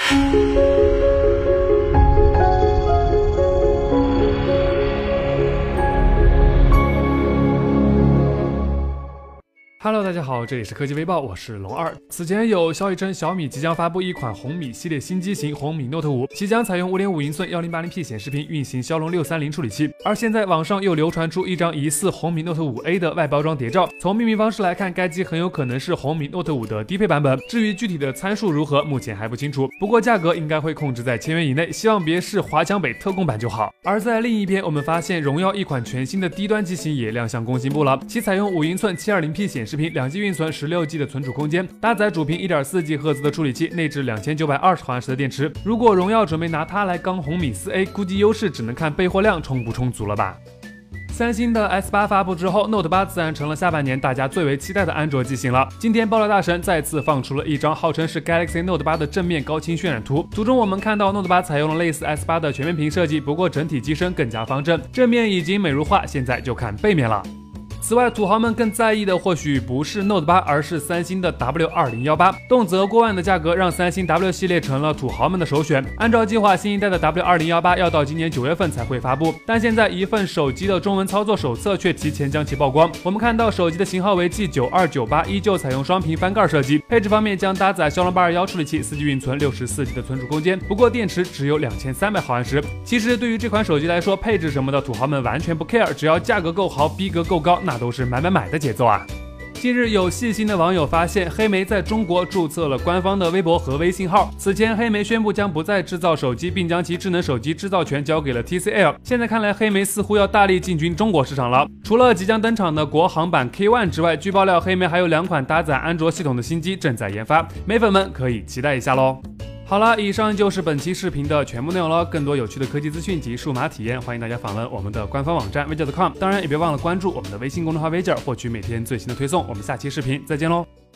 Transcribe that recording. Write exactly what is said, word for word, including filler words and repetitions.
Hello， 大家好，这里是科技微报，我是龙二。此前有消息称，小米即将发布一款红米系列新机型红米 Note 五，其将采用 五点五英寸 一零八零P 显示屏，运行骁龙六三零处理器。而现在网上又流传出一张疑似红米 Note 五 A 的外包装谍照，从命名方式来看，该机很有可能是红米 Note 五的低配版本。至于具体的参数如何，目前还不清楚。不过价格应该会控制在千元以内，希望别是华强北特供版就好。而在另一边，我们发现荣耀一款全新的低端机型也亮相工信部了，其采用五英寸 七二零P 显示屏，两 G 运存。十六 G 的存储空间，搭载主频 一点四 G 赫兹的处理器，内置两千九百二十毫安时的电池。如果荣耀准备拿它来刚红米 四 A， 估计优势只能看备货量充不充足了吧。三星的 S 八 发布之后 ，Note 八自然成了下半年大家最为期待的安卓机型了。今天爆料大神再次放出了一张号称是 Galaxy Note 八的正面高清渲染图，图中我们看到 Note 八采用了类似 S 八 的全面屏设计，不过整体机身更加方正，正面已经美如画，现在就看背面了。此外，土豪们更在意的或许不是 Note 八，而是三星的 W 二零一八，动辄过万的价格让三星 W 系列成了土豪们的首选。按照计划，新一代的 W 二零一八要到今年九月份才会发布，但现在一份手机的中文操作手册却提前将其曝光。我们看到手机的型号为 G 九二九八，依旧采用双屏翻盖设计，配置方面将搭载骁龙八二一处理器， 四 G 运存， 六十四 G 的存储空间，不过电池只有两千三百毫安时。其实对于这款手机来说，配置什么的土豪们完全不 care， 只要价格够豪，逼格够高，那都是买买买的节奏啊！近日有细心的网友发现，黑莓在中国注册了官方的微博和微信号。此前，黑莓宣布将不再制造手机，并将其智能手机制造权交给了 T C L。现在看来，黑莓似乎要大力进军中国市场了。除了即将登场的国行版 K 一 之外，据爆料，黑莓还有两款搭载安卓系统的新机正在研发，美粉们可以期待一下喽。好了，以上就是本期视频的全部内容了。更多有趣的科技资讯及数码体验，欢迎大家访问我们的官方网站 微教 点 com， 当然也别忘了关注我们的微信公众号微教，获取每天最新的推送。我们下期视频再见喽。